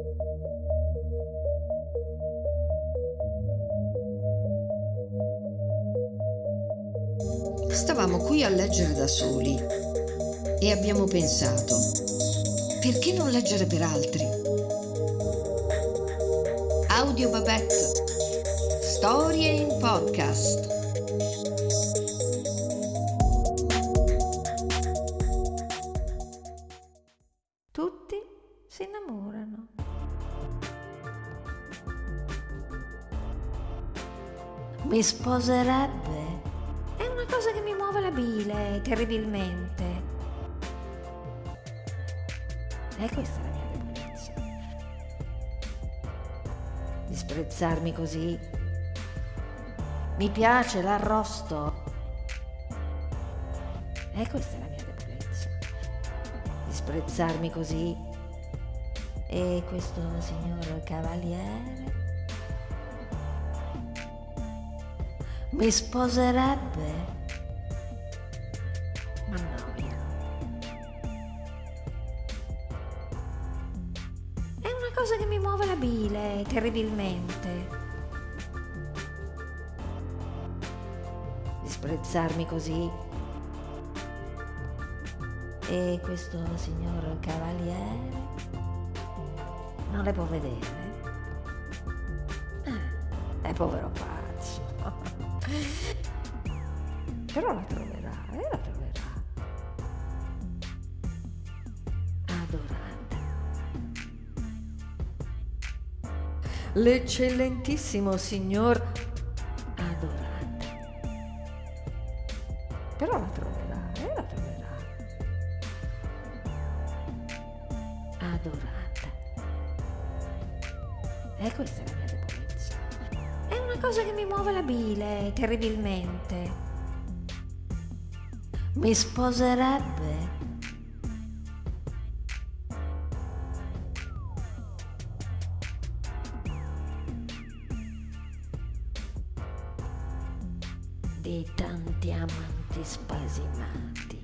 Stavamo qui a leggere da soli e abbiamo pensato, perché non leggere per altri? Audio Babette, storie in podcast. Tutti si innamorano. Mi sposerebbe? È una cosa che mi muove la bile terribilmente. E questa è la mia debolezza. Disprezzarmi così. Mi piace l'arrosto. E questa è la mia debolezza. Disprezzarmi così. E questo signor cavaliere mi sposerebbe? Ma noia. È una cosa che mi muove la bile terribilmente. Disprezzarmi così. E questo signor cavaliere non le può vedere. È povero pazzo. Però la troverà, la troverà. Adorata. L'eccellentissimo signor Adorata. Però la troverà, la troverà. Adorata. E questa è la mia debolezza. È una cosa che mi muove la bile terribilmente. Mi sposerebbe? Di tanti amanti spasimati.